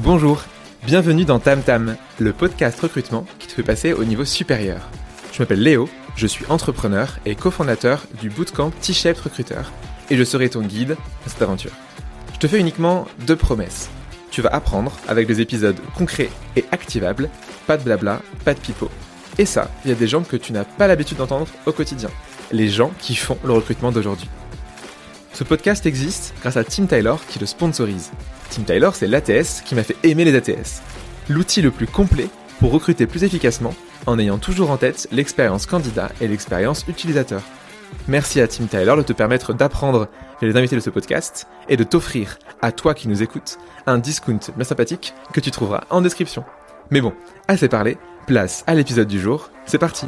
Bonjour, bienvenue dans Tam Tam, le podcast recrutement qui te fait passer au niveau supérieur. Je m'appelle Léo, je suis entrepreneur et cofondateur du bootcamp T-Shaped Recruteur et je serai ton guide dans cette aventure. Je te fais uniquement 2 promesses. Tu vas apprendre avec des épisodes concrets et activables, pas de blabla, pas de pipeau. Et ça, il y a des gens que tu n'as pas l'habitude d'entendre au quotidien, les gens qui font le recrutement d'aujourd'hui. Ce podcast existe grâce à Tim Tyler qui le sponsorise. Tim Tyler, c'est l'ATS qui m'a fait aimer les ATS. L'outil le plus complet pour recruter plus efficacement en ayant toujours en tête l'expérience candidat et l'expérience utilisateur. Merci à Tim Tyler de te permettre d'apprendre les invités de ce podcast et de t'offrir, à toi qui nous écoutes, un discount bien sympathique que tu trouveras en description. Mais bon, assez parlé, place à l'épisode du jour, c'est parti.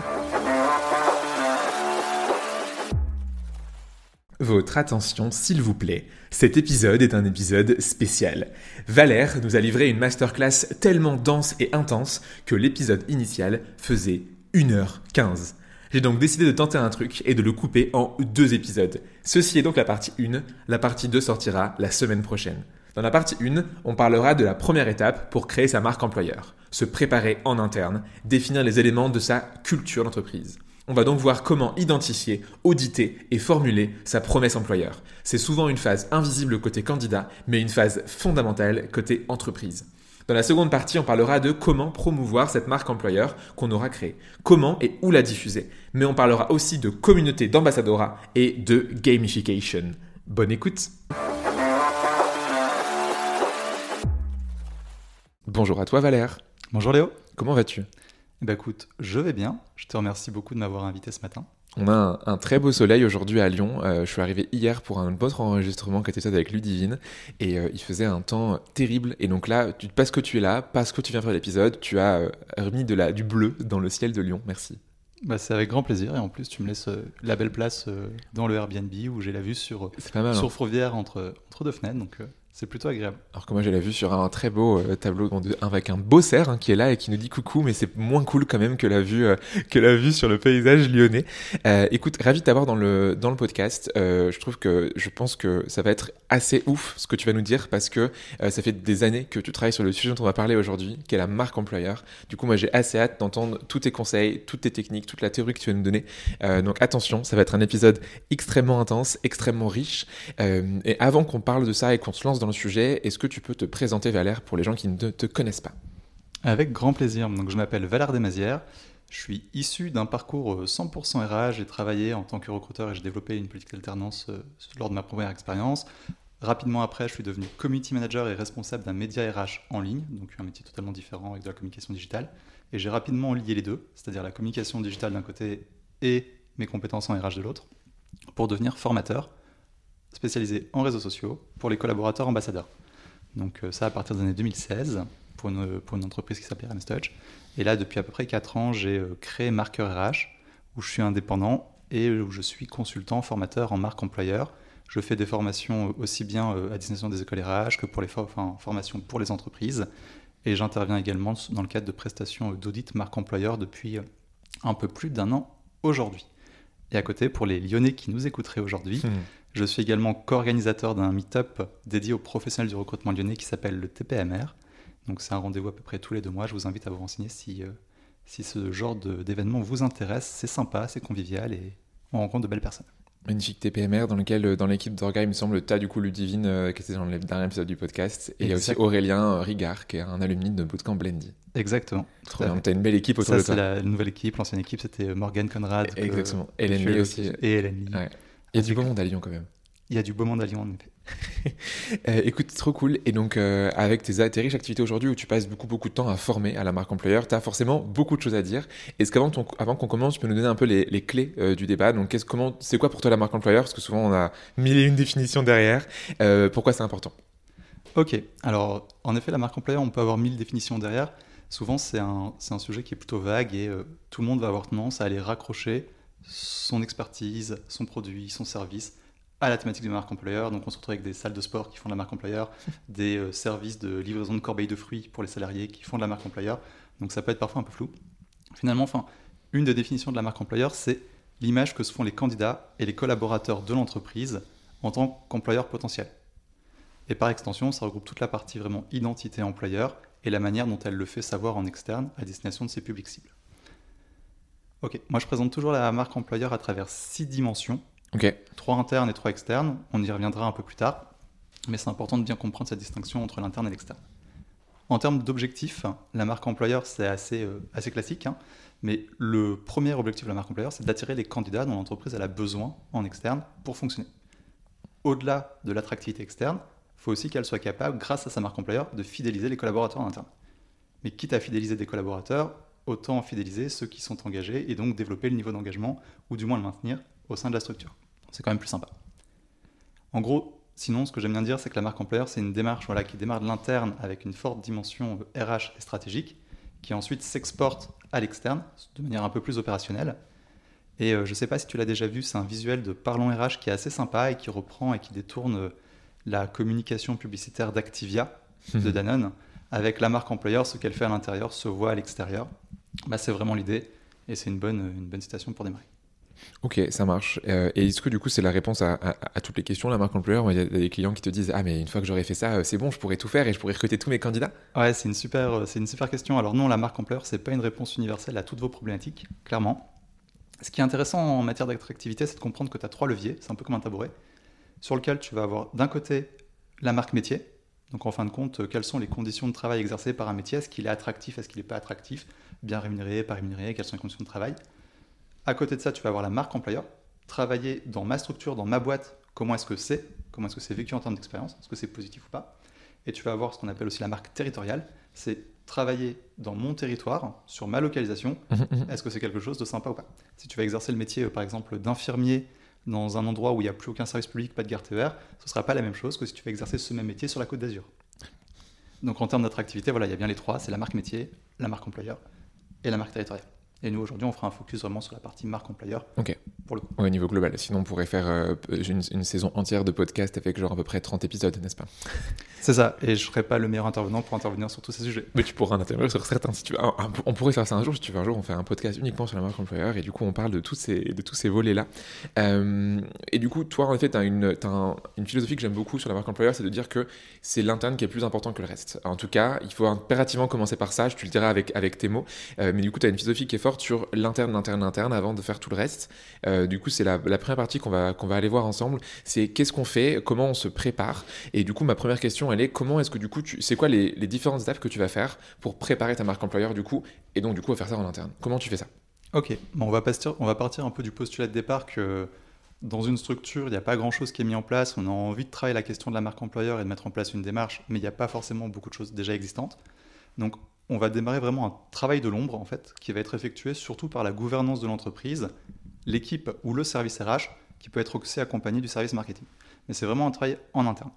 Votre attention, s'il vous plaît. Cet épisode est un épisode spécial. Valère nous a livré une masterclass tellement dense et intense que l'épisode initial faisait 1h15. J'ai donc décidé de tenter un truc et de le couper en 2 épisodes. Ceci est donc la partie 1, la partie 2 sortira la semaine prochaine. Dans la partie 1, on parlera de la première étape pour créer sa marque employeur, se préparer en interne, définir les éléments de sa culture d'entreprise. On va donc voir comment identifier, auditer et formuler sa promesse employeur. C'est souvent une phase invisible côté candidat, mais une phase fondamentale côté entreprise. Dans la seconde partie, on parlera de comment promouvoir cette marque employeur qu'on aura créée, comment et où la diffuser. Mais on parlera aussi de communauté d'ambassadora et de gamification. Bonne écoute! Bonjour à toi Valère. Bonjour Léo. Comment vas-tu? Écoute, je vais bien. Je te remercie beaucoup de m'avoir invité ce matin. On a un très beau soleil aujourd'hui à Lyon. Je suis arrivé hier pour un autre enregistrement qui était ça avec Ludivine et il faisait un temps terrible. Et donc là, parce que tu es là, parce que tu viens faire l'épisode, tu as remis du bleu dans le ciel de Lyon. Merci. C'est avec grand plaisir et en plus tu me laisses la belle place dans le Airbnb où j'ai la vue sur Fourvière entre 2 fenêtres. Donc c'est plutôt agréable. Alors que moi j'ai la vue sur un très beau tableau avec un beau cerf qui est là et qui nous dit coucou, mais c'est moins cool quand même que la vue sur le paysage lyonnais. Écoute, ravi de t'avoir dans le podcast. Je pense que ça va être assez ouf ce que tu vas nous dire parce que ça fait des années que tu travailles sur le sujet dont on va parler aujourd'hui, qui est la marque employeur. Du coup, moi j'ai assez hâte d'entendre tous tes conseils, toutes tes techniques, toute la théorie que tu vas nous donner. Donc attention, ça va être un épisode extrêmement intense, extrêmement riche. Et avant qu'on parle de ça et qu'on se lance dans le sujet, est-ce que tu peux te présenter Valère pour les gens qui ne te connaissent pas? Avec grand plaisir. Donc, je m'appelle Valère Desmazières. Je suis issu d'un parcours 100% RH. J'ai travaillé en tant que recruteur et j'ai développé une politique d'alternance lors de ma première expérience. Rapidement après, je suis devenu community manager et responsable d'un média RH en ligne, donc un métier totalement différent avec de la communication digitale. Et j'ai rapidement lié les deux, c'est-à-dire la communication digitale d'un côté et mes compétences en RH de l'autre, pour devenir formateur spécialisé en réseaux sociaux pour les collaborateurs ambassadeurs. Donc ça à partir des années 2016 pour une entreprise qui s'appelait Ramstouch. Et là, depuis à peu près 4 ans, j'ai créé Marqueur RH, où je suis indépendant et où je suis consultant, formateur en marque employeur. Je fais des formations aussi bien à destination des écoles RH que pour les formations pour les entreprises. Et j'interviens également dans le cadre de prestations d'audit marque employeur depuis un peu plus d'1 an aujourd'hui. Et à côté, pour les Lyonnais qui nous écouteraient aujourd'hui, je suis également co-organisateur d'un meet-up dédié aux professionnels du recrutement lyonnais qui s'appelle le TPMR. Donc c'est un rendez-vous à peu près tous les 2 mois. Je vous invite à vous renseigner si ce genre d'événement vous intéresse. C'est sympa, c'est convivial et on rencontre de belles personnes. Magnifique TPMR dans lequel, dans l'équipe d'Orga, il me semble, tu as du coup Ludivine qui était dans le dernier épisode du podcast. Et il y a aussi Aurélien Rigard qui est un alumni de Bootcamp Blendy. Exactement. Trop bien. Tu as une belle équipe autour de toi. Ça, c'est la nouvelle équipe. L'ancienne équipe, c'était Morgane Conrad. Exactement. Hélène Lee aussi. Et Hélène Lee. Ouais. Il y a du beau monde à Lyon quand même. Il y a du beau monde à Lyon en effet. Écoute, c'est trop cool. Et donc, avec tes riches activités aujourd'hui où tu passes beaucoup de temps à former à la marque employeur, tu as forcément beaucoup de choses à dire. Est-ce qu'avant qu'on commence, tu peux nous donner un peu les clés du débat? Donc, c'est quoi pour toi la marque employeur? Parce que souvent, on a 1001 définitions derrière. Pourquoi c'est important? Ok. Alors, en effet, la marque employeur, on peut avoir 1000 définitions derrière. Souvent, c'est un sujet qui est plutôt vague et tout le monde va avoir tendance à aller raccrocher son expertise, son produit, son service à la thématique de marque employeur. Donc on se retrouve avec des salles de sport qui font de la marque employeur, des services de livraison de corbeilles de fruits pour les salariés qui font de la marque employeur. Donc ça peut être parfois un peu flou. Finalement, une des définitions de la marque employeur, c'est l'image que se font les candidats et les collaborateurs de l'entreprise en tant qu'employeur potentiel. Et par extension, ça regroupe toute la partie vraiment identité employeur et la manière dont elle le fait savoir en externe à destination de ses publics cibles. Ok, moi je présente toujours la marque employeur à travers 6 dimensions. Ok. 3 internes et 3 externes. On y reviendra un peu plus tard. Mais c'est important de bien comprendre cette distinction entre l'interne et l'externe. En termes d'objectifs, la marque employeur, c'est assez classique. Mais le premier objectif de la marque employeur, c'est d'attirer les candidats dont l'entreprise elle a besoin en externe pour fonctionner. Au-delà de l'attractivité externe, il faut aussi qu'elle soit capable, grâce à sa marque employeur, de fidéliser les collaborateurs en interne. Mais quitte à fidéliser des collaborateurs, autant fidéliser ceux qui sont engagés et donc développer le niveau d'engagement, ou du moins le maintenir au sein de la structure. C'est quand même plus sympa. En gros, sinon, ce que j'aime bien dire, c'est que la marque employeur, c'est une démarche qui démarre de l'interne avec une forte dimension RH et stratégique, qui ensuite s'exporte à l'externe de manière un peu plus opérationnelle. Et je ne sais pas si tu l'as déjà vu, c'est un visuel de Parlons RH qui est assez sympa et qui reprend et qui détourne la communication publicitaire d'Activia, de Danone, avec la marque employeur, ce qu'elle fait à l'intérieur se voit à l'extérieur. C'est vraiment l'idée et c'est une bonne citation pour démarrer. Ok, ça marche. Et est-ce que du coup c'est la réponse à toutes les questions, la marque employeur? Il y a des clients qui te disent ah mais une fois que j'aurai fait ça, c'est bon, je pourrai tout faire et je pourrai recruter tous mes candidats? Ouais, c'est une super question. Alors non, la marque employeur, c'est pas une réponse universelle à toutes vos problématiques, clairement. Ce qui est intéressant en matière d'attractivité, c'est de comprendre que tu as 3 leviers, c'est un peu comme un tabouret, sur lequel tu vas avoir d'un côté la marque métier. Donc en fin de compte, quelles sont les conditions de travail exercées par un métier? Est-ce qu'il est attractif? Est-ce qu'il n'est pas attractif? Bien rémunéré? Pas rémunéré? Quelles sont les conditions de travail? À côté de ça, tu vas avoir la marque employeur. Travailler dans ma structure, dans ma boîte, comment est-ce que c'est vécu en termes d'expérience? Est-ce que c'est positif ou pas? Et tu vas avoir ce qu'on appelle aussi la marque territoriale. C'est travailler dans mon territoire, sur ma localisation. Est-ce que c'est quelque chose de sympa ou pas? Si tu vas exercer le métier, par exemple, d'infirmier dans un endroit où il n'y a plus aucun service public, pas de gare TER, ce ne sera pas la même chose que si tu vas exercer ce même métier sur la Côte d'Azur. Donc en termes d'attractivité, il y a bien les 3, c'est la marque métier, la marque employeur et la marque territoriale. Et nous, aujourd'hui, on fera un focus vraiment sur la partie marque employeur. Ok. Pour le coup. Au niveau global. Sinon, on pourrait faire une saison entière de podcast avec genre à peu près 30 épisodes, n'est-ce pas? C'est ça. Et je ne serai pas le meilleur intervenant pour intervenir sur tous ces sujets. Mais tu pourras en intervenir sur certains. Si tu veux. On pourrait faire ça un jour. Si tu veux, un jour, on fait un podcast uniquement sur la marque employeur et du coup, on parle de tous ces volets-là. Et du coup, toi, en effet, tu as une philosophie que j'aime beaucoup sur la marque employeur, c'est de dire que c'est l'interne qui est plus important que le reste. En tout cas, il faut impérativement commencer par ça. Tu le diras avec tes mots. Mais du coup, tu as une philosophie qui est forte sur l'interne avant de faire tout le reste. Du coup, c'est la première partie qu'on va aller voir ensemble. C'est qu'est-ce qu'on fait, comment on se prépare. Et du coup, ma première question, elle est comment est-ce que du coup, c'est quoi les différentes étapes que tu vas faire pour préparer ta marque employeur du coup, et donc du coup, à faire ça en interne? Comment tu fais ça? Ok, on va partir un peu du postulat de départ que dans une structure, il n'y a pas grand-chose qui est mis en place. On a envie de travailler la question de la marque employeur et de mettre en place une démarche, mais il n'y a pas forcément beaucoup de choses déjà existantes. Donc, on va démarrer vraiment un travail de l'ombre, en fait, qui va être effectué surtout par la gouvernance de l'entreprise, l'équipe ou le service RH, qui peut être aussi accompagné du service marketing. Mais c'est vraiment un travail en interne.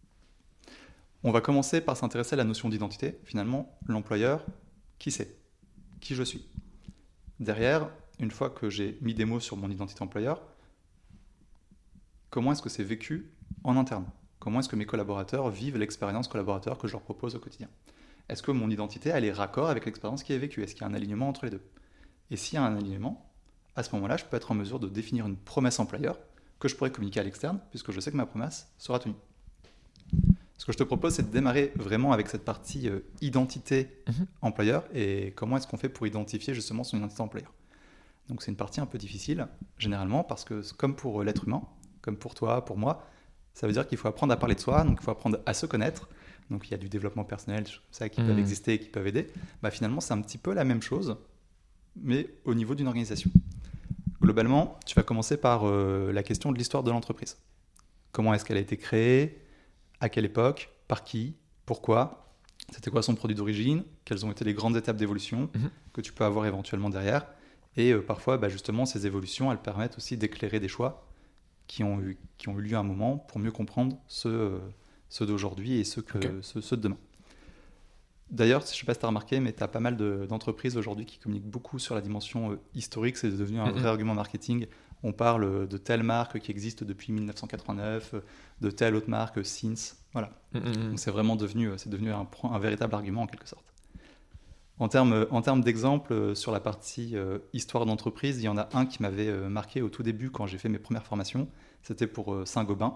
On va commencer par s'intéresser à la notion d'identité. Finalement, l'employeur, qui c'est? Qui je suis? Derrière, une fois que j'ai mis des mots sur mon identité employeur, comment est-ce que c'est vécu en interne? Comment est-ce que mes collaborateurs vivent l'expérience collaborateur que je leur propose au quotidien? Est-ce que mon identité, elle est raccord avec l'expérience qui est vécue? Est-ce qu'il y a un alignement entre les deux? Et s'il y a un alignement, à ce moment-là, je peux être en mesure de définir une promesse employeur que je pourrais communiquer à l'externe, puisque je sais que ma promesse sera tenue. Ce que je te propose, c'est de démarrer vraiment avec cette partie identité employeur et comment est-ce qu'on fait pour identifier justement son identité employeur. Donc c'est une partie un peu difficile, généralement, parce que comme pour l'être humain, comme pour toi, pour moi, ça veut dire qu'il faut apprendre à parler de soi, donc il faut apprendre à se connaître. Donc il y a du développement personnel, ça qui peuvent exister et qui peuvent aider. Finalement, c'est un petit peu la même chose, mais au niveau d'une organisation. Globalement, tu vas commencer par la question de l'histoire de l'entreprise. Comment est-ce qu'elle a été créée? À quelle époque? Par qui? Pourquoi? C'était quoi son produit d'origine? Quelles ont été les grandes étapes d'évolution que tu peux avoir éventuellement derrière? Et parfois, justement, ces évolutions, elles permettent aussi d'éclairer des choix qui ont eu lieu à un moment pour mieux comprendre ceux d'aujourd'hui et ceux de demain. D'ailleurs, je ne sais pas si tu as remarqué, mais tu as pas mal d'entreprises aujourd'hui qui communiquent beaucoup sur la dimension historique. C'est devenu un vrai argument marketing. On parle de telle marque qui existe depuis 1989, de telle autre marque, Since. Voilà. Donc c'est vraiment devenu un véritable argument en quelque sorte. En termes d'exemples sur la partie histoire d'entreprise, il y en a un qui m'avait marqué au tout début quand j'ai fait mes premières formations. C'était pour Saint-Gobain.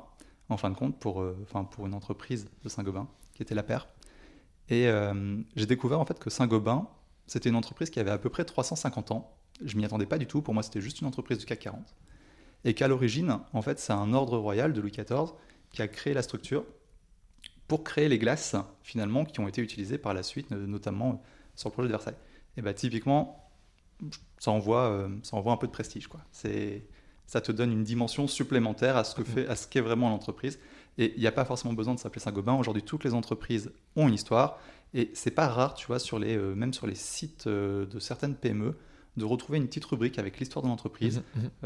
en fin de compte, pour une entreprise de Saint-Gobain, qui était la paire. Et j'ai découvert en fait que Saint-Gobain, c'était une entreprise qui avait à peu près 350 ans. Je m'y attendais pas du tout, pour moi c'était juste une entreprise du CAC 40. Et qu'à l'origine, en fait, c'est un ordre royal de Louis XIV qui a créé la structure pour créer les glaces, finalement, qui ont été utilisées par la suite, notamment sur le projet de Versailles. Et bah typiquement, ça envoie un peu de prestige, quoi. Ça te donne une dimension supplémentaire à ce qu'est vraiment l'entreprise. Et il n'y a pas forcément besoin de s'appeler Saint-Gobain. Aujourd'hui, toutes les entreprises ont une histoire. Et c'est pas rare, tu vois, même sur les sites de certaines PME, de retrouver une petite rubrique avec l'histoire de l'entreprise.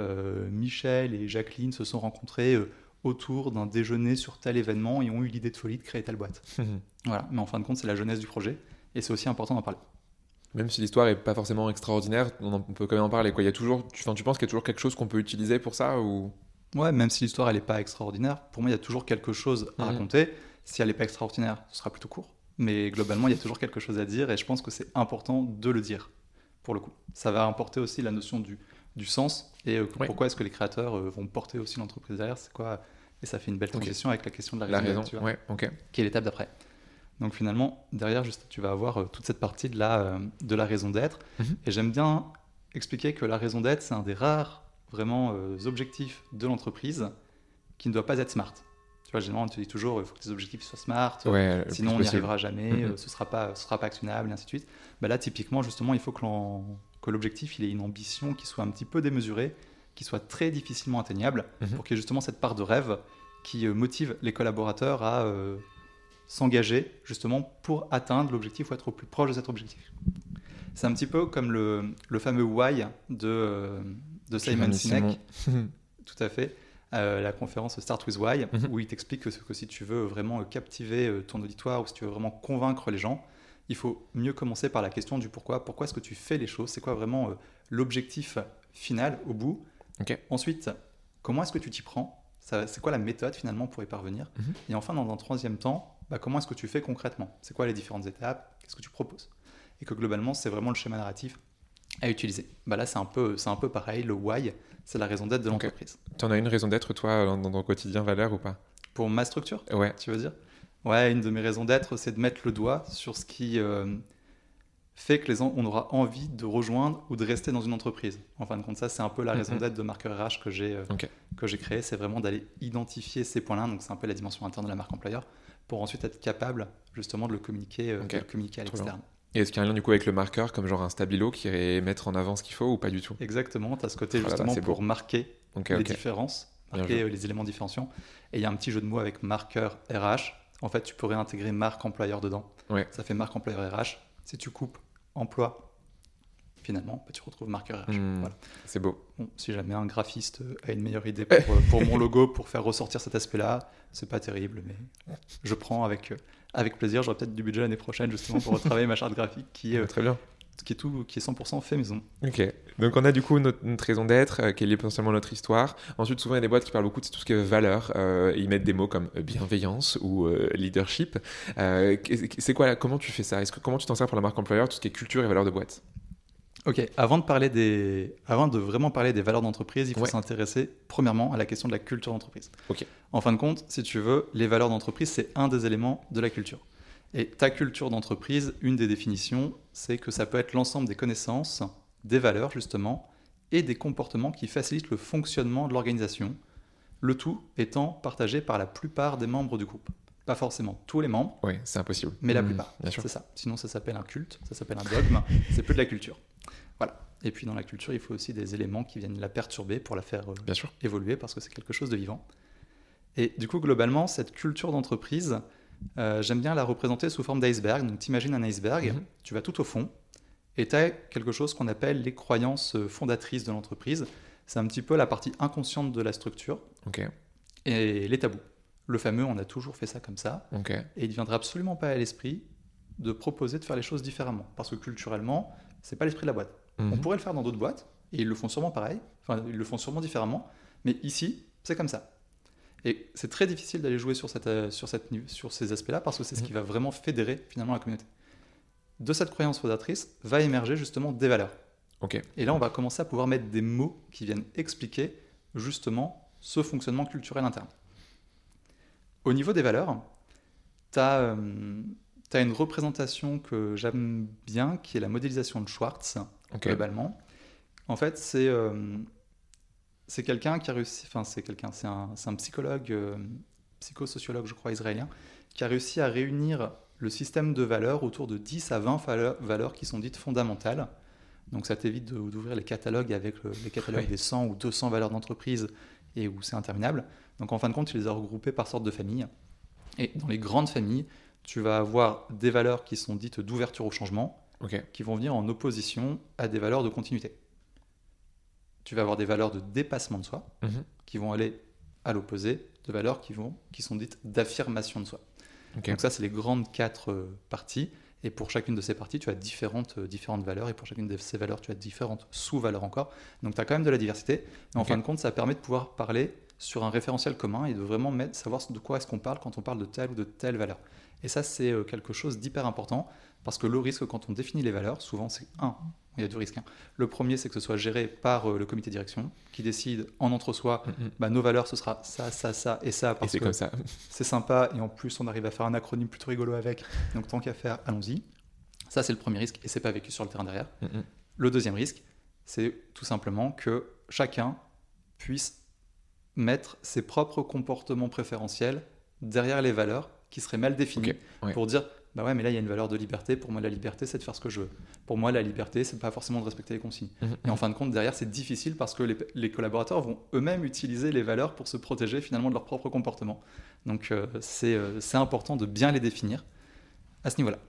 Michel et Jacqueline se sont rencontrés autour d'un déjeuner sur tel événement et ont eu l'idée de folie de créer telle boîte. Voilà. Mais en fin de compte, c'est la jeunesse du projet. Et c'est aussi important d'en parler. Même si l'histoire n'est pas forcément extraordinaire, on peut quand même en parler, quoi. Tu penses qu'il y a toujours quelque chose qu'on peut utiliser pour ça ou... Ouais, même si l'histoire elle n'est pas extraordinaire, pour moi il y a toujours quelque chose à raconter. Si elle n'est pas extraordinaire, ce sera plutôt court. Mais globalement, il y a toujours quelque chose à dire et je pense que c'est important de le dire, pour le coup. Ça va importer aussi la notion du sens et pourquoi est-ce que les créateurs vont porter aussi l'entreprise derrière, c'est quoi. Et ça fait une belle transition avec la question de la raison d'être, tu vois, qui est l'étape d'après. Donc finalement, derrière, juste, tu vas avoir toute cette partie de la raison d'être. Et j'aime bien expliquer que la raison d'être, c'est un des rares vraiment objectifs de l'entreprise qui ne doit pas être smart. Tu vois, généralement, on te dit toujours il faut que tes objectifs soient smart, sinon on n'y arrivera jamais, ce sera pas actionnable, et ainsi de suite. Bah là, typiquement, justement, il faut que l'objectif il ait une ambition qui soit un petit peu démesurée, qui soit très difficilement atteignable, pour qu'il y ait justement cette part de rêve qui motive les collaborateurs à s'engager justement pour atteindre l'objectif ou être au plus proche de cet objectif. C'est un petit peu comme le fameux why de Simon Sinek. Tout à fait. La conférence Start with Why, où il t'explique que si tu veux vraiment captiver ton auditoire ou si tu veux vraiment convaincre les gens, il faut mieux commencer par la question du pourquoi. Pourquoi est-ce que tu fais les choses? C'est quoi vraiment l'objectif final au bout? Ensuite, comment est-ce que tu t'y prends? C'est quoi la méthode finalement pour y parvenir? Et enfin, dans un troisième temps, comment est-ce que tu fais concrètement? C'est quoi les différentes étapes? Qu'est-ce que tu proposes? Et que globalement, c'est vraiment le schéma narratif à utiliser. Là, c'est un peu pareil. Le why, c'est la raison d'être de l'entreprise. Tu en as une raison d'être, toi, dans ton quotidien, Valère, ou pas? Pour ma structure, ouais. Tu veux dire? Ouais, une de mes raisons d'être, c'est de mettre le doigt sur ce qui fait que on aura envie de rejoindre ou de rester dans une entreprise. En fin de compte, ça, c'est un peu la raison d'être de Marqueur RH que j'ai créé. C'est vraiment d'aller identifier ces points-là. Donc, c'est un peu la dimension interne de la marque employeur pour ensuite être capable, justement, de le communiquer, à l'externe. Et est-ce qu'il y a un lien du coup avec le marqueur, comme genre un stabilo qui irait mettre en avant ce qu'il faut ou pas du tout? Exactement, tu as ce côté justement pour marquer les différences, marquer les éléments différenciants. Et il y a un petit jeu de mots avec marqueur RH. En fait, tu pourrais intégrer marque employeur dedans. Ça fait marque employeur RH. Si tu coupes emploi, finalement, tu retrouves marqueur RH. Voilà. C'est beau. Bon, si jamais un graphiste a une meilleure idée pour mon logo, pour faire ressortir cet aspect-là, c'est pas terrible, mais je prends avec plaisir. J'aurai peut-être du budget l'année prochaine justement pour retravailler ma charte graphique qui est très bien, qui est 100% fait maison. Ok, donc on a du coup notre raison d'être qui est liée potentiellement à notre histoire. Ensuite, souvent il y a des boîtes qui parlent beaucoup de tout ce qui est valeur, et ils mettent des mots comme bienveillance ou leadership. C'est quoi, comment tu fais ça? Comment tu t'en sers pour la marque employeur, tout ce qui est culture et valeur de boîte? Ok, avant de vraiment parler des valeurs d'entreprise, il faut s'intéresser premièrement à la question de la culture d'entreprise. En fin de compte, si tu veux, les valeurs d'entreprise, c'est un des éléments de la culture. Et ta culture d'entreprise, une des définitions, c'est que ça peut être l'ensemble des connaissances, des valeurs justement, et des comportements qui facilitent le fonctionnement de l'organisation, le tout étant partagé par la plupart des membres du groupe. Pas forcément tous les membres, c'est impossible. Mais la plupart, c'est ça. Sinon ça s'appelle un culte, ça s'appelle un dogme, c'est plus de la culture. Voilà. Et puis dans la culture, il faut aussi des éléments qui viennent la perturber pour la faire évoluer, parce que c'est quelque chose de vivant. Et du coup, globalement, cette culture d'entreprise, j'aime bien la représenter sous forme d'iceberg. Donc t'imagines un iceberg, tu vas tout au fond, et tu as quelque chose qu'on appelle les croyances fondatrices de l'entreprise. C'est un petit peu la partie inconsciente de la structure. Et les tabous. Le fameux, on a toujours fait ça comme ça. Et il ne viendra absolument pas à l'esprit de proposer de faire les choses différemment. Parce que culturellement, ce n'est pas l'esprit de la boîte. On pourrait le faire dans d'autres boîtes, et ils le font sûrement pareil, enfin ils le font sûrement différemment, mais ici, c'est comme ça. Et c'est très difficile d'aller jouer sur ces aspects-là, parce que c'est ce qui va vraiment fédérer finalement la communauté. De cette croyance fondatrice va émerger justement des valeurs. Et là, on va commencer à pouvoir mettre des mots qui viennent expliquer justement ce fonctionnement culturel interne. Au niveau des valeurs, tu as une représentation que j'aime bien, qui est la modélisation de Schwartz, globalement. En fait, c'est quelqu'un qui a réussi, c'est un psychologue, psychosociologue, je crois, israélien, qui a réussi à réunir le système de valeurs autour de 10 à 20 valeurs qui sont dites fondamentales. Donc ça t'évite d'ouvrir les catalogues avec les catalogues des 100 ou 200 valeurs d'entreprise et où c'est interminable. Donc en fin de compte, tu les as regroupées par sorte de famille. Et dans les grandes familles, tu vas avoir des valeurs qui sont dites d'ouverture au changement, qui vont venir en opposition à des valeurs de continuité. Tu vas avoir des valeurs de dépassement de soi, qui vont aller à l'opposé de valeurs qui sont dites d'affirmation de soi. Donc ça, c'est les grandes 4 parties. Et pour chacune de ces parties, tu as différentes valeurs. Et pour chacune de ces valeurs, tu as différentes sous-valeurs encore. Donc tu as quand même de la diversité. Mais en fin de compte, ça permet de pouvoir parler sur un référentiel commun et de vraiment savoir de quoi est-ce qu'on parle quand on parle de telle ou de telle valeur. Et ça, c'est quelque chose d'hyper important. Parce que le risque, quand on définit les valeurs, souvent, c'est il y a 2 risques. Le premier, c'est que ce soit géré par le comité de direction qui décide en entre-soi, nos valeurs, ce sera ça, ça, ça et ça. Parce et c'est que comme ça. C'est sympa et en plus, on arrive à faire un acronyme plutôt rigolo avec. Donc, tant qu'à faire, allons-y. Ça, c'est le premier risque et c'est pas vécu sur le terrain derrière. Le deuxième risque, c'est tout simplement que chacun puisse mettre ses propres comportements préférentiels derrière les valeurs qui seraient mal définies pour dire bah ouais, mais là il y a une valeur de liberté. Pour moi, la liberté, c'est de faire ce que je veux. Pour moi, la liberté, c'est pas forcément de respecter les consignes. Et en fin de compte, derrière, c'est difficile parce que les collaborateurs vont eux-mêmes utiliser les valeurs pour se protéger finalement de leur propre comportement. Donc c'est important de bien les définir à ce niveau-là.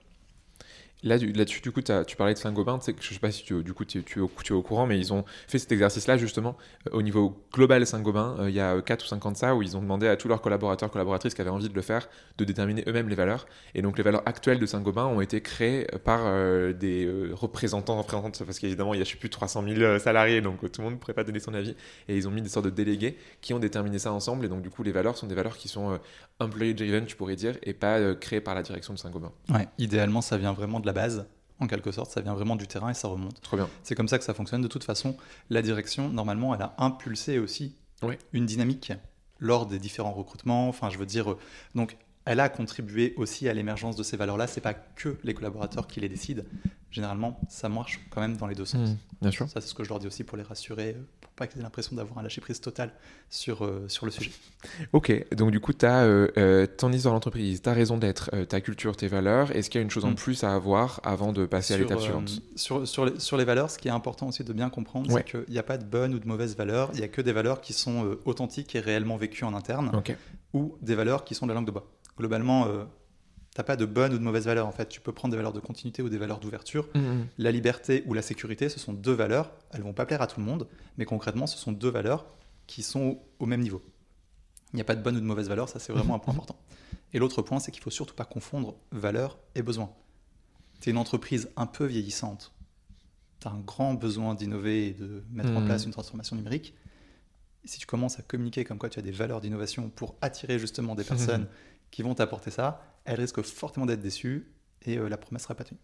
Là-dessus, du coup, tu parlais de Saint-Gobain. Je ne sais pas si tu es au courant, mais ils ont fait cet exercice-là, justement, au niveau global Saint-Gobain. Il y a 4 ou 5 ans de ça, où ils ont demandé à tous leurs collaborateurs, collaboratrices qui avaient envie de le faire, de déterminer eux-mêmes les valeurs. Et donc, les valeurs actuelles de Saint-Gobain ont été créées par des représentantes, parce qu'évidemment, il y a, je ne sais plus, 300 000 salariés, donc tout le monde ne pourrait pas donner son avis. Et ils ont mis des sortes de délégués qui ont déterminé ça ensemble. Et donc, du coup, les valeurs sont des valeurs qui sont employee-driven, tu pourrais dire, et pas créées par la direction de Saint-Gobain. Ouais, idéalement, ça vient vraiment de la base, en quelque sorte, ça vient vraiment du terrain et ça remonte. Trop bien. C'est comme ça que ça fonctionne. De toute façon, la direction, normalement, elle a impulsé aussi une dynamique lors des différents recrutements. Enfin, je veux dire, donc, elle a contribué aussi à l'émergence de ces valeurs-là. C'est pas que les collaborateurs qui les décident. Généralement, ça marche quand même dans les 2 sens. Bien sûr. Ça, c'est ce que je leur dis aussi pour les rassurer, pour pas qu'ils aient l'impression d'avoir un lâcher-prise total sur le sujet. Ok, donc du coup, tu as ton histoire d'entreprise, ta raison d'être, ta culture, tes valeurs. Est-ce qu'il y a une chose en plus à avoir avant de passer à l'étape suivante ? Sur les valeurs, ce qui est important aussi de bien comprendre, c'est qu'il n'y a pas de bonnes ou de mauvaises valeurs. Il n'y a que des valeurs qui sont authentiques et réellement vécues en interne, ou des valeurs qui sont de la langue de bois. Globalement, tu n'as pas de bonnes ou de mauvaises valeurs. En fait, tu peux prendre des valeurs de continuité ou des valeurs d'ouverture. La liberté ou la sécurité, ce sont 2 valeurs. Elles ne vont pas plaire à tout le monde, mais concrètement, ce sont 2 valeurs qui sont au même niveau. Il n'y a pas de bonne ou de mauvaise valeur, ça c'est vraiment un point important. Et l'autre point, c'est qu'il ne faut surtout pas confondre valeur et besoin. Tu es une entreprise un peu vieillissante. Tu as un grand besoin d'innover et de mettre en place une transformation numérique. Et si tu commences à communiquer comme quoi tu as des valeurs d'innovation pour attirer justement des personnes qui vont t'apporter ça, elles risquent fortement d'être déçues et la promesse ne sera pas tenue.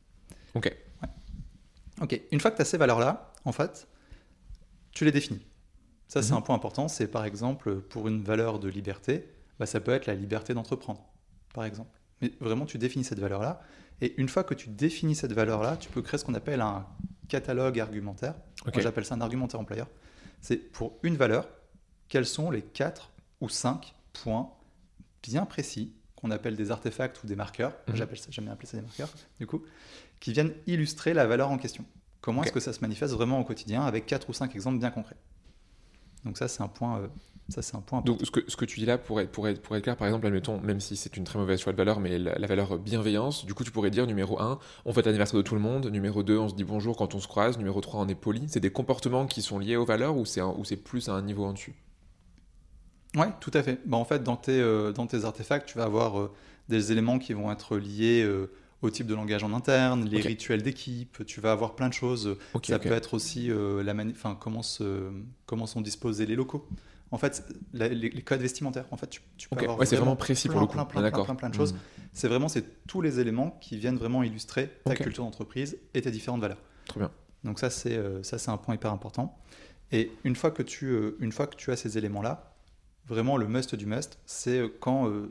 Ok. Une fois que tu as ces valeurs-là, en fait, tu les définis. Ça, c'est un point important. C'est par exemple, pour une valeur de liberté, ça peut être la liberté d'entreprendre, par exemple. Mais vraiment, tu définis cette valeur-là. Et une fois que tu définis cette valeur-là, tu peux créer ce qu'on appelle un catalogue argumentaire. Moi, j'appelle ça un argumentaire employeur. C'est pour une valeur, quels sont les 4 ou 5 points bien précis qu'on appelle des artefacts ou des marqueurs, j'aime bien appeler ça des marqueurs, du coup, qui viennent illustrer la valeur en question. Comment est-ce que ça se manifeste vraiment au quotidien avec 4 ou 5 exemples bien concrets. Donc ça, c'est un point important. Donc ce que tu dis là, pour être clair, par exemple, admettons, même si c'est une très mauvaise choix de valeur, mais la valeur bienveillance, du coup, tu pourrais dire numéro 1, on fête l'anniversaire de tout le monde, numéro 2, on se dit bonjour quand on se croise, numéro 3, on est poli. C'est des comportements qui sont liés aux valeurs ou c'est plus à un niveau en dessus ? Oui, tout à fait. En fait, dans tes artefacts, tu vas avoir des éléments qui vont être liés au type de langage en interne, les rituels d'équipe, tu vas avoir plein de choses. Ça peut être aussi comment sont disposés les locaux. En fait, les codes vestimentaires. En fait, tu peux avoir c'est vraiment précis pour le coup. Plein de choses. C'est tous les éléments qui viennent vraiment illustrer ta culture d'entreprise et tes différentes valeurs. Très bien. Donc ça, c'est un point hyper important. Et une fois que tu as ces éléments-là, vraiment, le must du must, c'est quand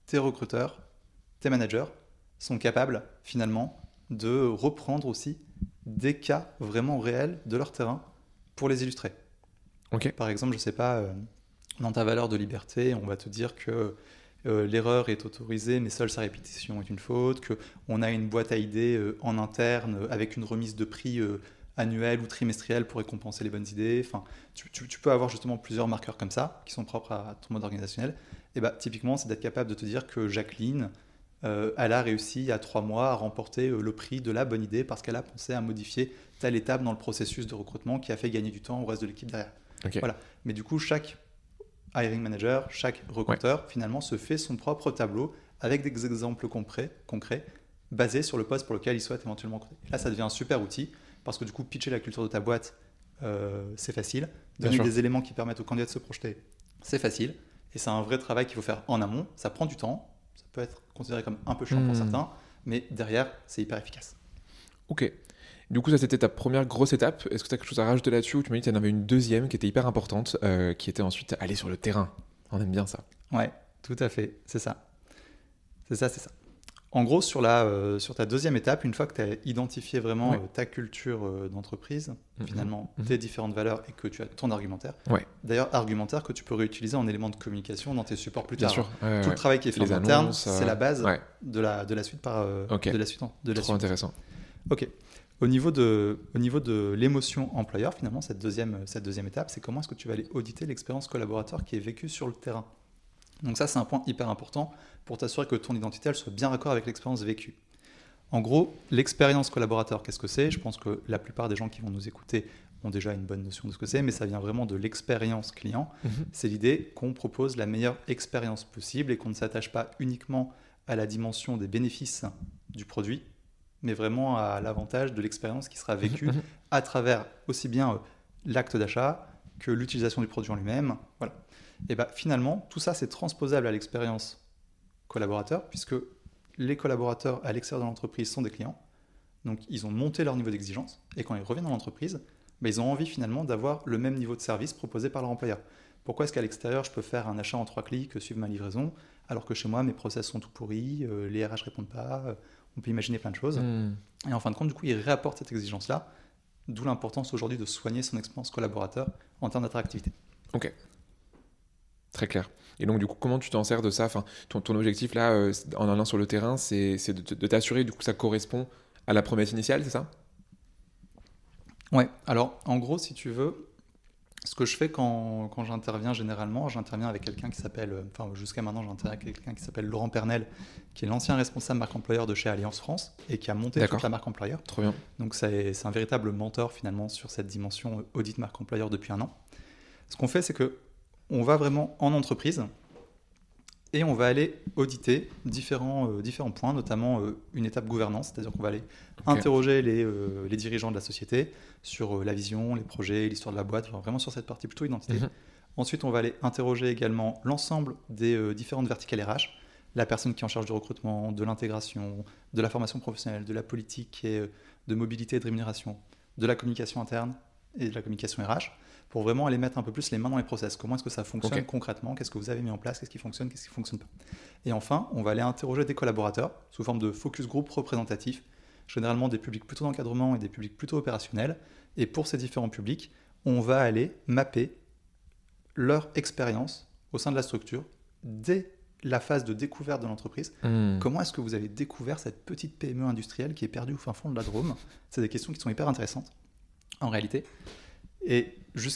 tes recruteurs, tes managers sont capables finalement de reprendre aussi des cas vraiment réels de leur terrain pour les illustrer. Ok. Par exemple, je ne sais pas, dans ta valeur de liberté, on va te dire que l'erreur est autorisée, mais seule sa répétition est une faute, qu'on a une boîte à idées en interne avec une remise de prix annuelle ou trimestrielle pour récompenser les bonnes idées. Enfin, tu peux avoir justement plusieurs marqueurs comme ça, qui sont propres à ton mode organisationnel. Et bah, typiquement, c'est d'être capable de te dire que Jacqueline, elle a réussi il y a 3 mois à remporter le prix de la bonne idée parce qu'elle a pensé à modifier telle étape dans le processus de recrutement qui a fait gagner du temps au reste de l'équipe derrière. Okay. Voilà. Mais du coup, chaque hiring manager, chaque recruteur, finalement, se fait son propre tableau avec des exemples concrets basés sur le poste pour lequel il souhaite éventuellement recruter. Là, ça devient un super outil parce que du coup, pitcher la culture de ta boîte, c'est facile. Donner des éléments qui permettent aux candidats de se projeter, c'est facile. Et c'est un vrai travail qu'il faut faire en amont. Ça prend du temps. Ça peut être considéré comme un peu chiant pour certains, mais derrière, c'est hyper efficace. Ok. Du coup, ça, c'était ta première grosse étape. Est-ce que tu as quelque chose à rajouter là-dessus ou tu m'as dit que tu en avais une deuxième qui était hyper importante, qui était ensuite aller sur le terrain? On aime bien ça. Ouais, tout à fait. C'est ça. C'est ça. En gros, sur ta deuxième étape, une fois que tu as identifié vraiment ta culture d'entreprise, finalement, tes différentes valeurs et que tu as ton argumentaire, d'ailleurs, argumentaire que tu peux réutiliser en élément de communication dans tes supports plus tard. Bien sûr. Tout le travail qui est fait en interne, c'est la base de la suite de la suite. Trop intéressant. Ok. Au niveau de l'émotion employeur, finalement, cette deuxième étape, c'est comment est-ce que tu vas aller auditer l'expérience collaborateur qui est vécue sur le terrain. Donc ça, c'est un point hyper important pour t'assurer que ton identité, elle soit bien raccord avec l'expérience vécue. En gros, l'expérience collaborateur, qu'est-ce que c'est ? Je pense que la plupart des gens qui vont nous écouter ont déjà une bonne notion de ce que c'est, mais ça vient vraiment de l'expérience client. C'est l'idée qu'on propose la meilleure expérience possible et qu'on ne s'attache pas uniquement à la dimension des bénéfices du produit, mais vraiment à l'avantage de l'expérience qui sera vécue à travers aussi bien l'acte d'achat que l'utilisation du produit en lui-même. Voilà. Et bah, finalement, tout ça, c'est transposable à l'expérience collaborateur, puisque les collaborateurs à l'extérieur de l'entreprise sont des clients. Donc, ils ont monté leur niveau d'exigence. Et quand ils reviennent dans l'entreprise, bah, ils ont envie finalement d'avoir le même niveau de service proposé par leur employeur. Pourquoi est-ce qu'à l'extérieur, je peux faire un achat en 3 clics, suivre ma livraison, alors que chez moi, mes process sont tout pourris, les RH ne répondent pas, on peut imaginer plein de choses. Et en fin de compte, du coup, ils réapportent cette exigence-là, d'où l'importance aujourd'hui de soigner son expérience collaborateur en termes d'attractivité. Ok. Très clair. Et donc, du coup, comment tu t'en sers de ça ? Enfin, ton objectif, là, en allant sur le terrain, c'est de t'assurer du coup, que ça correspond à la promesse initiale, c'est ça ? Ouais. Alors, en gros, si tu veux, ce que je fais quand j'interviens généralement, j'interviens avec quelqu'un qui s'appelle, jusqu'à maintenant, j'interviens avec quelqu'un qui s'appelle Laurent Pernel, qui est l'ancien responsable marque employeur de chez Alliance France et qui a monté toute la marque employeur. Trop bien. Donc, c'est un véritable mentor finalement sur cette dimension audit marque employeur depuis 1 an. Ce qu'on fait, c'est que on va vraiment en entreprise et on va aller auditer différents points, notamment une étape gouvernance, c'est-à-dire qu'on va aller interroger les dirigeants de la société sur la vision, les projets, l'histoire de la boîte, vraiment sur cette partie plutôt identité. Ensuite, on va aller interroger également l'ensemble des différentes verticales RH, la personne qui est en charge du recrutement, de l'intégration, de la formation professionnelle, de la politique et de mobilité et de rémunération, de la communication interne et de la communication RH, pour vraiment aller mettre un peu plus les mains dans les process. Comment est-ce que ça fonctionne concrètement ? Qu'est-ce que vous avez mis en place ? Qu'est-ce qui fonctionne ? Qu'est-ce qui ne fonctionne pas ? Et enfin, on va aller interroger des collaborateurs sous forme de focus group représentatifs, généralement des publics plutôt d'encadrement et des publics plutôt opérationnels. Et pour ces différents publics, on va aller mapper leur expérience au sein de la structure dès la phase de découverte de l'entreprise. Comment est-ce que vous avez découvert cette petite PME industrielle qui est perdue au fin fond de la Drôme ? C'est des questions qui sont hyper intéressantes en réalité. Et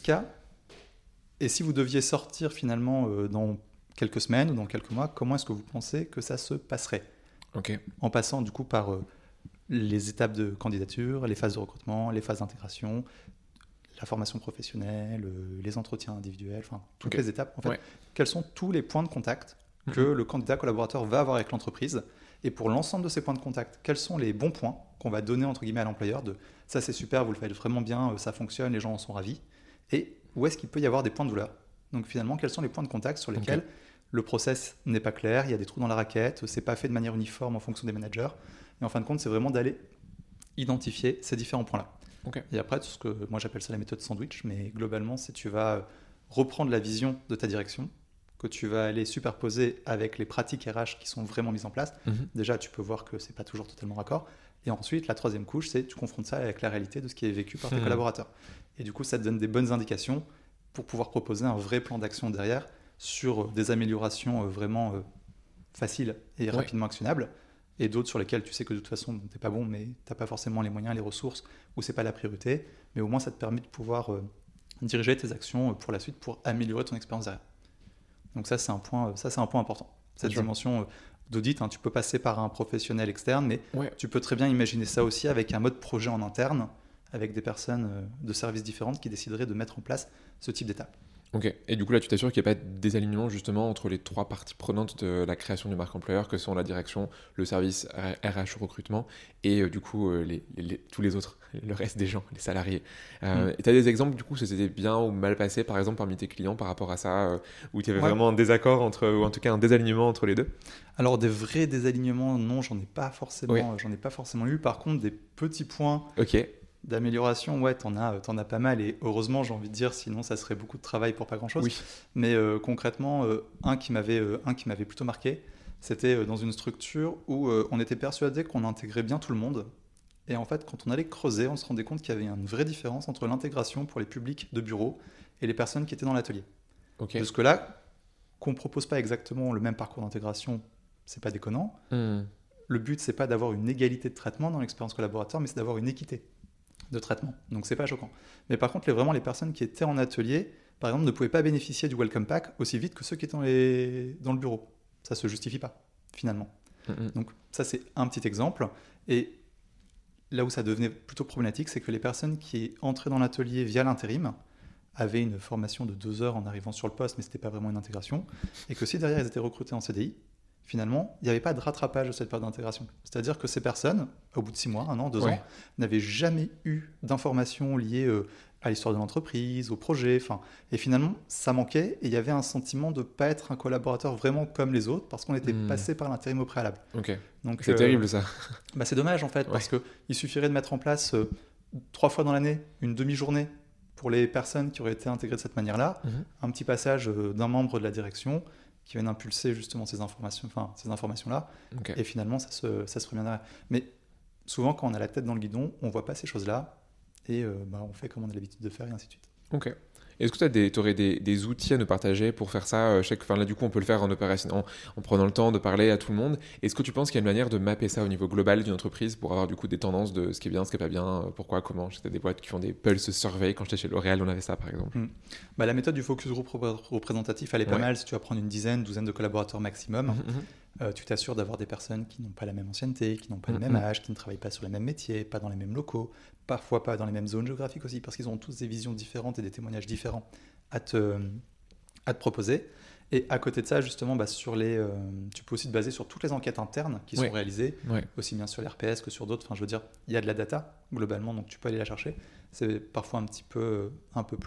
si vous deviez sortir finalement dans quelques semaines ou dans quelques mois, comment est-ce que vous pensez que ça se passerait ? En passant du coup par les étapes de candidature, les phases de recrutement, les phases d'intégration, la formation professionnelle, les entretiens individuels, enfin toutes les étapes. En fait, quels sont tous les points de contact que le candidat collaborateur va avoir avec l'entreprise ? Et pour l'ensemble de ces points de contact, quels sont les bons points qu'on va donner entre guillemets à l'employeur de ça c'est super, vous le faites vraiment bien, ça fonctionne, les gens en sont ravis. Et où est-ce qu'il peut y avoir des points de douleur ? Donc finalement, quels sont les points de contact sur lesquels le process n'est pas clair, il y a des trous dans la raquette, c'est pas fait de manière uniforme en fonction des managers. Et en fin de compte, c'est vraiment d'aller identifier ces différents points-là. Et après, tout ce que moi j'appelle ça la méthode sandwich, mais globalement, c'est tu vas reprendre la vision de ta direction, que tu vas aller superposer avec les pratiques RH qui sont vraiment mises en place. Déjà, tu peux voir que c'est pas toujours totalement raccord. Et ensuite, la troisième couche, c'est tu confrontes ça avec la réalité de ce qui est vécu par tes collaborateurs. Et du coup, ça te donne des bonnes indications pour pouvoir proposer un vrai plan d'action derrière sur des améliorations vraiment faciles et rapidement actionnables, et d'autres sur lesquelles tu sais que de toute façon, tu n'es pas bon, mais tu n'as pas forcément les moyens, les ressources, ou ce n'est pas la priorité. Mais au moins, ça te permet de pouvoir diriger tes actions pour la suite pour améliorer ton expérience derrière. Donc ça, c'est un point important. Cette dimension d'audit, tu peux passer par un professionnel externe, mais tu peux très bien imaginer ça aussi avec un mode projet en interne, avec des personnes de services différentes qui décideraient de mettre en place ce type d'étape. Ok, et du coup là tu t'assures qu'il n'y a pas de désalignement justement entre les trois parties prenantes de la création du marque employeur, que sont la direction, le service RH recrutement et du coup tous les autres, le reste des gens, les salariés. Et tu as des exemples du coup, ça s'était bien ou mal passé par exemple parmi tes clients par rapport à ça, où tu avais vraiment un désaccord ou en tout cas un désalignement entre les deux? Alors des vrais désalignements, non, j'en ai pas forcément eu. Par contre, des petits points d'amélioration, t'en as pas mal, et heureusement, j'ai envie de dire, sinon ça serait beaucoup de travail pour pas grand-chose. Mais concrètement, un qui m'avait plutôt marqué, c'était dans une structure où on était persuadé qu'on intégrait bien tout le monde. Et en fait, quand on allait creuser, on se rendait compte qu'il y avait une vraie différence entre l'intégration pour les publics de bureau et les personnes qui étaient dans l'atelier. Jusque-là, qu'on propose pas exactement le même parcours d'intégration, c'est pas déconnant. Le but, c'est pas d'avoir une égalité de traitement dans l'expérience collaborateur, mais c'est d'avoir une équité de traitement. Donc c'est pas choquant. Mais par contre, vraiment les personnes qui étaient en atelier, par exemple, ne pouvaient pas bénéficier du welcome pack aussi vite que ceux qui étaient dans le bureau. Ça se justifie pas, finalement. Donc ça, c'est un petit exemple. Et là où ça devenait plutôt problématique, c'est que les personnes qui entraient dans l'atelier via l'intérim avaient une formation de 2 heures en arrivant sur le poste, mais c'était pas vraiment une intégration. Et que si derrière, ils étaient recrutés en CDI, finalement, il n'y avait pas de rattrapage de cette période d'intégration. C'est-à-dire que ces personnes, au bout de 6 mois, 1 an, 2 ans, n'avaient jamais eu d'informations liées à l'histoire de l'entreprise, au projet. Et finalement, ça manquait, et il y avait un sentiment de ne pas être un collaborateur vraiment comme les autres, parce qu'on était passé par l'intérim au préalable. Donc, c'est terrible ça. C'est dommage en fait, parce qu'il suffirait de mettre en place 3 fois dans l'année une demi-journée pour les personnes qui auraient été intégrées de cette manière-là, un petit passage d'un membre de la direction qui viennent impulser justement ces informations-là. Et finalement, ça se ferait bien derrière. Mais souvent, quand on a la tête dans le guidon, on ne voit pas ces choses-là, et on fait comme on a l'habitude de faire, et ainsi de suite. Ok. Est-ce que tu aurais des outils à nous partager pour faire ça? Là, du coup, on peut le faire en prenant le temps de parler à tout le monde. Est-ce que tu penses qu'il y a une manière de mapper ça au niveau global d'une entreprise pour avoir du coup des tendances de ce qui est bien, ce qui est pas bien, pourquoi, comment? J'étais des boîtes qui font des pulse survey. Quand j'étais chez L'Oréal, on avait ça par exemple. La méthode du focus group représentatif, elle est pas mal. Si tu vas prendre une douzaine de collaborateurs maximum, tu t'assures d'avoir des personnes qui n'ont pas la même ancienneté, qui n'ont pas le même âge, qui ne travaillent pas sur les mêmes métiers, pas dans les mêmes locaux, parfois pas dans les mêmes zones géographiques aussi, parce qu'ils ont tous des visions différentes et des témoignages différents à te proposer. Et à côté de ça, justement, tu peux aussi te baser sur toutes les enquêtes internes qui sont réalisées, aussi bien sur l'RPS que sur d'autres. Je veux dire, il y a de la data, globalement, donc tu peux aller la chercher. C'est parfois un peu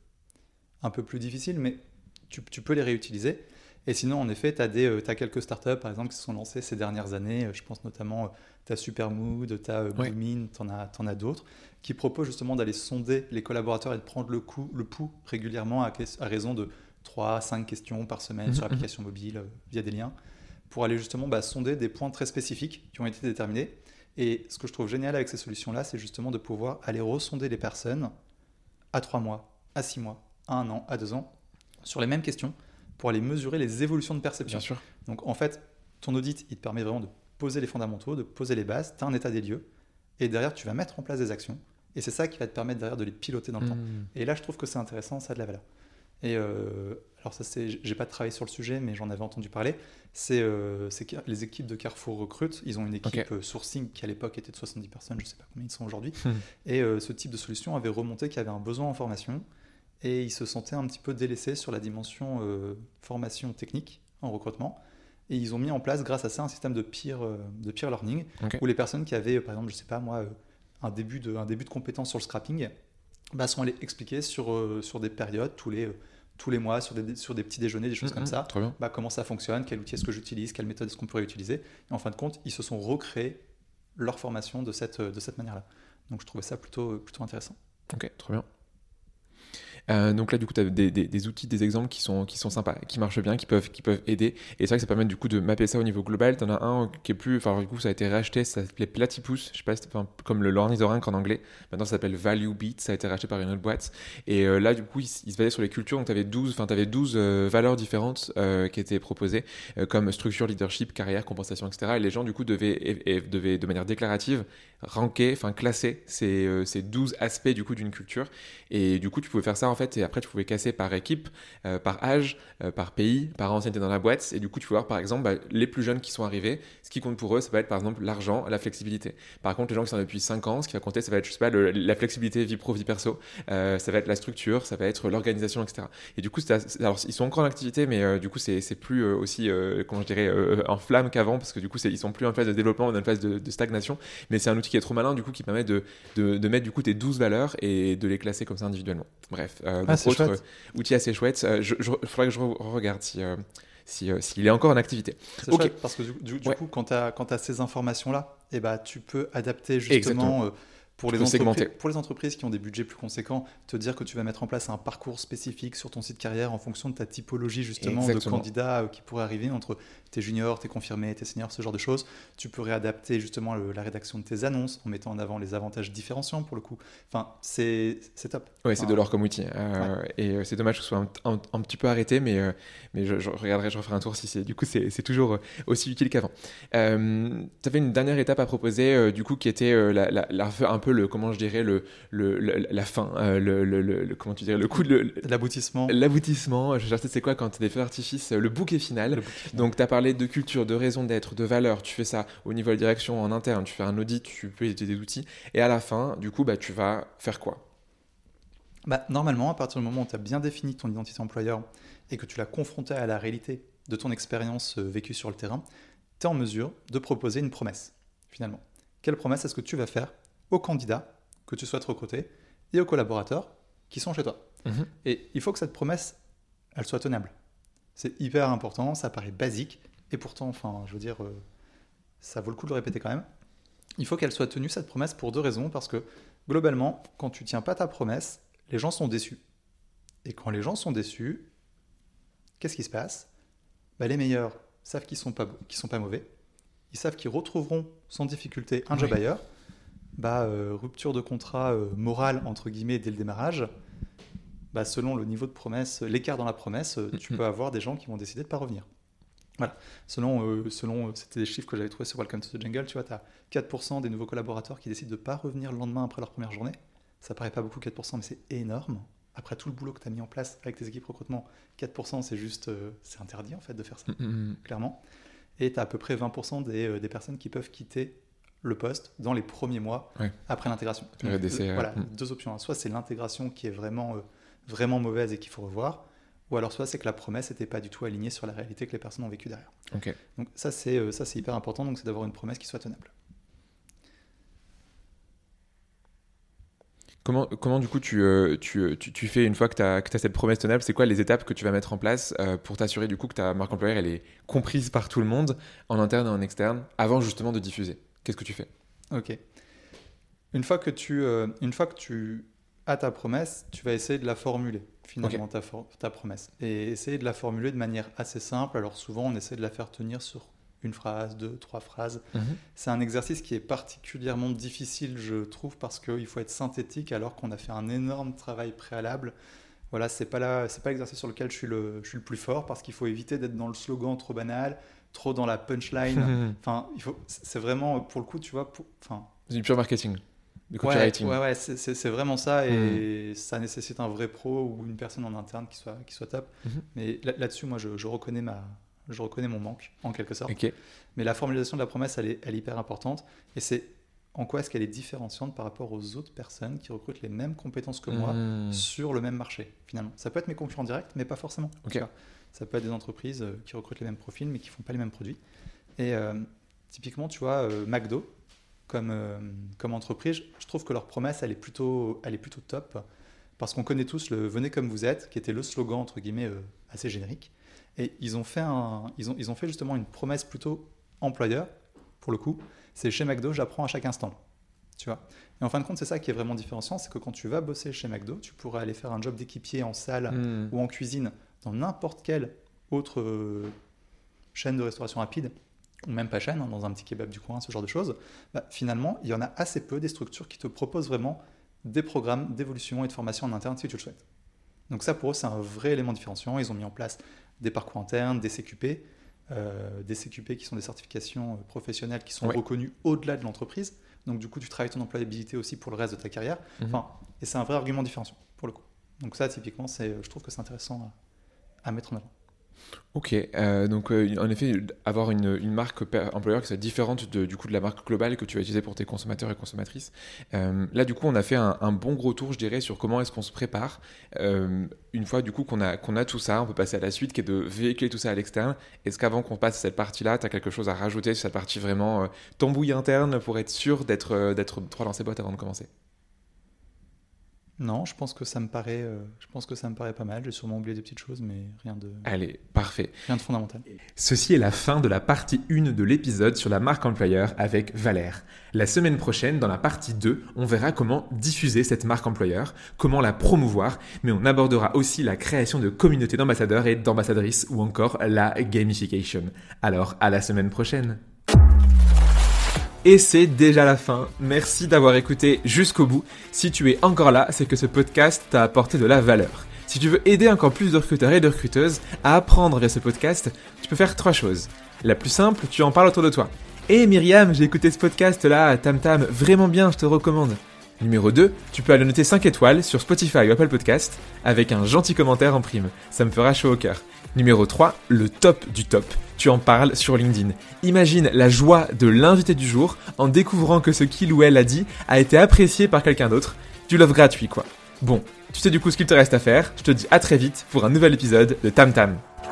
plus difficile, mais tu peux les réutiliser. Et sinon, en effet, tu as quelques startups, par exemple, qui se sont lancées ces dernières années. Je pense notamment, tu as Supermood, tu as Bluemin, tu en as d'autres, qui proposent justement d'aller sonder les collaborateurs et de prendre le pouls régulièrement à raison de 3-5 questions par semaine sur l'application mobile, via des liens, pour aller justement sonder des points très spécifiques qui ont été déterminés. Et ce que je trouve génial avec ces solutions-là, c'est justement de pouvoir aller ressonder les personnes à 3 mois, à 6 mois, à 1 an, à 2 ans, sur les mêmes questions, pour aller mesurer les évolutions de perception. Bien sûr. Donc en fait, ton audit, il te permet vraiment de poser les fondamentaux, de poser les bases, tu as un état des lieux, et derrière, tu vas mettre en place des actions, et c'est ça qui va te permettre derrière de les piloter dans le temps. Et là, je trouve que c'est intéressant, ça a de la valeur. Et alors ça, j'ai pas travaillé sur le sujet, mais j'en avais entendu parler. C'est les équipes de Carrefour recrutent. Ils ont une équipe sourcing qui à l'époque était de 70 personnes, je sais pas combien ils sont aujourd'hui. Et ce type de solution avait remonté qu'il y avait un besoin en formation, et ils se sentaient un petit peu délaissés sur la dimension formation technique en recrutement. Et ils ont mis en place, grâce à ça, un système de peer learning, où les personnes qui avaient, par exemple, je sais pas moi, un début de compétence sur le scrapping, sont allées expliquer sur des périodes, tous les mois, sur des petits déjeuners, des choses comme ça, comment ça fonctionne, quel outil est-ce que j'utilise, quelle méthode est-ce qu'on pourrait utiliser. Et en fin de compte, ils se sont recréés leur formation de cette manière-là. Donc je trouvais ça plutôt intéressant. Ok, trop bien. Donc là, du coup, tu as des outils, des exemples qui sont sympas, qui marchent bien, qui peuvent aider. Et c'est vrai que ça permet du coup de mapper ça au niveau global. Tu en as un qui est plus. Enfin, du coup, ça a été racheté, ça s'appelait Platypus, je sais pas, comme le l'ornithorynque en anglais. Maintenant, ça s'appelle Value Beat, ça a été racheté par une autre boîte. Et là, du coup, il se basait sur les cultures. Donc, tu avais 12 valeurs différentes qui étaient proposées, comme structure, leadership, carrière, compensation, etc. Et les gens, du coup, devaient de manière déclarative ranker, classer ces 12 aspects du coup d'une culture. Et du coup, tu pouvais faire ça en fait, et après, tu pouvais casser par équipe, par âge, par pays, par ancienneté dans la boîte. Et du coup, tu peux voir par exemple les plus jeunes qui sont arrivés. Ce qui compte pour eux, ça va être par exemple l'argent, la flexibilité. Par contre, les gens qui sont là depuis 5 ans, ce qui va compter, ça va être, je sais pas, la flexibilité vie pro, vie perso. Ça va être la structure, ça va être l'organisation, etc. Et du coup, alors, ils sont encore en activité, mais du coup, c'est plus aussi, comment je dirais, en flamme qu'avant, parce que du coup, ils sont plus en phase de développement, on est en phase de stagnation. Mais c'est un outil qui est trop malin, du coup, qui permet de mettre du coup tes 12 valeurs et de les classer comme ça individuellement. Bref, autre outil assez chouette. Il faudrait que je regarde s'il est encore en activité. C'est chouette parce que du coup, quand tu as ces informations-là, tu peux adapter justement pour les entreprises qui ont des budgets plus conséquents, te dire que tu vas mettre en place un parcours spécifique sur ton site carrière en fonction de ta typologie justement de candidats qui pourraient arriver entre tes juniors, tes confirmés, tes seniors, ce genre de choses. Tu peux réadapter justement la rédaction de tes annonces en mettant en avant les avantages différenciants pour le coup. Enfin, c'est top. Ouais, c'est de l'or comme outil. Et c'est dommage que ce soit un petit peu arrêté, mais je regarderai, je referai un tour si c'est. Du coup, c'est toujours aussi utile qu'avant. Tu avais une dernière étape à proposer, du coup, qui était un peu comment je dirais la fin, comment tu dirais, le coup de l'aboutissement. L'aboutissement, je cherchais c'est quoi quand tu as des feux d'artifice, le bouquet final. Donc tu as parlé de culture, de raison d'être, de valeur, tu fais ça au niveau de la direction en interne, tu fais un audit, tu peux utiliser des outils et à la fin, du coup, tu vas faire quoi? Normalement, à partir du moment où tu as bien défini ton identité employeur et que tu l'as confronté à la réalité de ton expérience vécue sur le terrain, tu es en mesure de proposer une promesse, finalement. Quelle promesse est-ce que tu vas faire aux candidats que tu souhaites recruter et aux collaborateurs qui sont chez toi? Et il faut que cette promesse, elle soit tenable. C'est hyper important, ça paraît basique, et pourtant, je veux dire, ça vaut le coup de le répéter quand même. Il faut qu'elle soit tenue, cette promesse, pour 2 raisons, parce que globalement, quand tu tiens pas ta promesse, les gens sont déçus. Et quand les gens sont déçus, qu'est-ce qui se passe? Les meilleurs savent qu'ils sont pas mauvais. Ils savent qu'ils retrouveront sans difficulté un job ailleurs. Rupture de contrat morale, entre guillemets, dès le démarrage. Selon le niveau de promesse, l'écart dans la promesse, tu peux avoir des gens qui vont décider de ne pas revenir. Voilà. Selon c'était des chiffres que j'avais trouvés sur Welcome to the Jungle, tu vois, tu as 4% des nouveaux collaborateurs qui décident de ne pas revenir le lendemain après leur première journée. Ça paraît pas beaucoup 4%, mais c'est énorme. Après tout le boulot que tu as mis en place avec tes équipes recrutement, 4% c'est juste, c'est interdit en fait de faire ça, clairement. Et tu as à peu près 20% des personnes qui peuvent quitter le poste dans les premiers mois après l'intégration. Donc, voilà, 2 options. Soit c'est l'intégration qui est vraiment, vraiment mauvaise et qu'il faut revoir, ou alors soit c'est que la promesse n'était pas du tout alignée sur la réalité que les personnes ont vécue derrière. Donc ça c'est hyper important, donc c'est d'avoir une promesse qui soit tenable. Comment du coup tu fais une fois que tu as cette promesse tenable? C'est quoi les étapes que tu vas mettre en place pour t'assurer du coup que ta marque employeur elle est comprise par tout le monde, en interne et en externe, avant justement de diffuser? Qu'est-ce que tu fais? Ok. Une fois que tu as ta promesse, tu vas essayer de la formuler finalement, ta promesse. Et essayer de la formuler de manière assez simple. Alors souvent on essaie de la faire tenir sur 1 phrase, 2, 3 phrases. C'est un exercice qui est particulièrement difficile, je trouve, parce qu'il faut être synthétique alors qu'on a fait un énorme travail préalable. Voilà, c'est pas l'exercice sur lequel je suis le plus fort, parce qu'il faut éviter d'être dans le slogan trop banal, trop dans la punchline. C'est vraiment, pour le coup, tu vois... C'est du pure marketing, du copywriting. Ouais, c'est vraiment ça, et ça nécessite un vrai pro ou une personne en interne qui soit top. Mais là-dessus, moi, je reconnais mon manque, en quelque sorte. Mais la formalisation de la promesse, elle est hyper importante. Et c'est en quoi est-ce qu'elle est différenciante par rapport aux autres personnes qui recrutent les mêmes compétences que moi sur le même marché, finalement. Ça peut être mes concurrents directs, mais pas forcément. Ça peut être des entreprises qui recrutent les mêmes profils, mais qui ne font pas les mêmes produits. Et typiquement, tu vois, McDo, comme entreprise, je trouve que leur promesse, elle est plutôt top. Parce qu'on connaît tous le « venez comme vous êtes », qui était le slogan, entre guillemets, assez générique. Et ils ont fait justement une promesse plutôt employeur, pour le coup. C'est chez McDo, j'apprends à chaque instant. tu vois. Et en fin de compte, c'est ça qui est vraiment différenciant, c'est que quand tu vas bosser chez McDo, tu pourras aller faire un job d'équipier en salle ou en cuisine dans n'importe quelle autre chaîne de restauration rapide, ou même pas chaîne, dans un petit kebab du coin, ce genre de choses. Finalement, il y en a assez peu des structures qui te proposent vraiment des programmes d'évolution et de formation en interne si tu le souhaites. Donc ça, pour eux, c'est un vrai élément différenciant. Ils ont mis en place des parcours internes, des CQP qui sont des certifications professionnelles qui sont reconnues au-delà de l'entreprise. Donc du coup, tu travailles ton employabilité aussi pour le reste de ta carrière. Et c'est un vrai argument différenciant, pour le coup. Donc ça, typiquement, je trouve que c'est intéressant à mettre en avant. Ok, donc en effet, avoir une marque employeur qui soit différente du coup de la marque globale que tu vas utiliser pour tes consommateurs et consommatrices. Là, du coup, on a fait un bon gros tour, je dirais, sur comment est-ce qu'on se prépare. Une fois du coup qu'on a tout ça, on peut passer à la suite qui est de véhiculer tout ça à l'externe. Est-ce qu'avant qu'on passe à cette partie-là, tu as quelque chose à rajouter sur cette partie vraiment tambouille interne pour être sûr d'être droit dans ses bottes avant de commencer? Non, je pense que ça me paraît pas mal. J'ai sûrement oublié des petites choses, mais rien de... Allez, parfait. Rien de fondamental. Ceci est la fin de la partie 1 de l'épisode sur la marque employeur avec Valère. La semaine prochaine, dans la partie 2, on verra comment diffuser cette marque employeur, comment la promouvoir, mais on abordera aussi la création de communautés d'ambassadeurs et d'ambassadrices ou encore la gamification. Alors, à la semaine prochaine. Et c'est déjà la fin. Merci d'avoir écouté jusqu'au bout. Si tu es encore là, c'est que ce podcast t'a apporté de la valeur. Si tu veux aider encore plus de recruteurs et de recruteuses à apprendre via ce podcast, tu peux faire 3 choses. La plus simple, tu en parles autour de toi. Hey Myriam, j'ai écouté ce podcast-là, Tam Tam, vraiment bien, je te le recommande. Numéro 2, tu peux aller noter 5 étoiles sur Spotify ou Apple Podcast avec un gentil commentaire en prime. Ça me fera chaud au cœur. Numéro 3, le top du top. Tu en parles sur LinkedIn. Imagine la joie de l'invité du jour en découvrant que ce qu'il ou elle a dit a été apprécié par quelqu'un d'autre. Du love gratuit quoi. Bon, tu sais du coup ce qu'il te reste à faire. Je te dis à très vite pour un nouvel épisode de Tam Tam.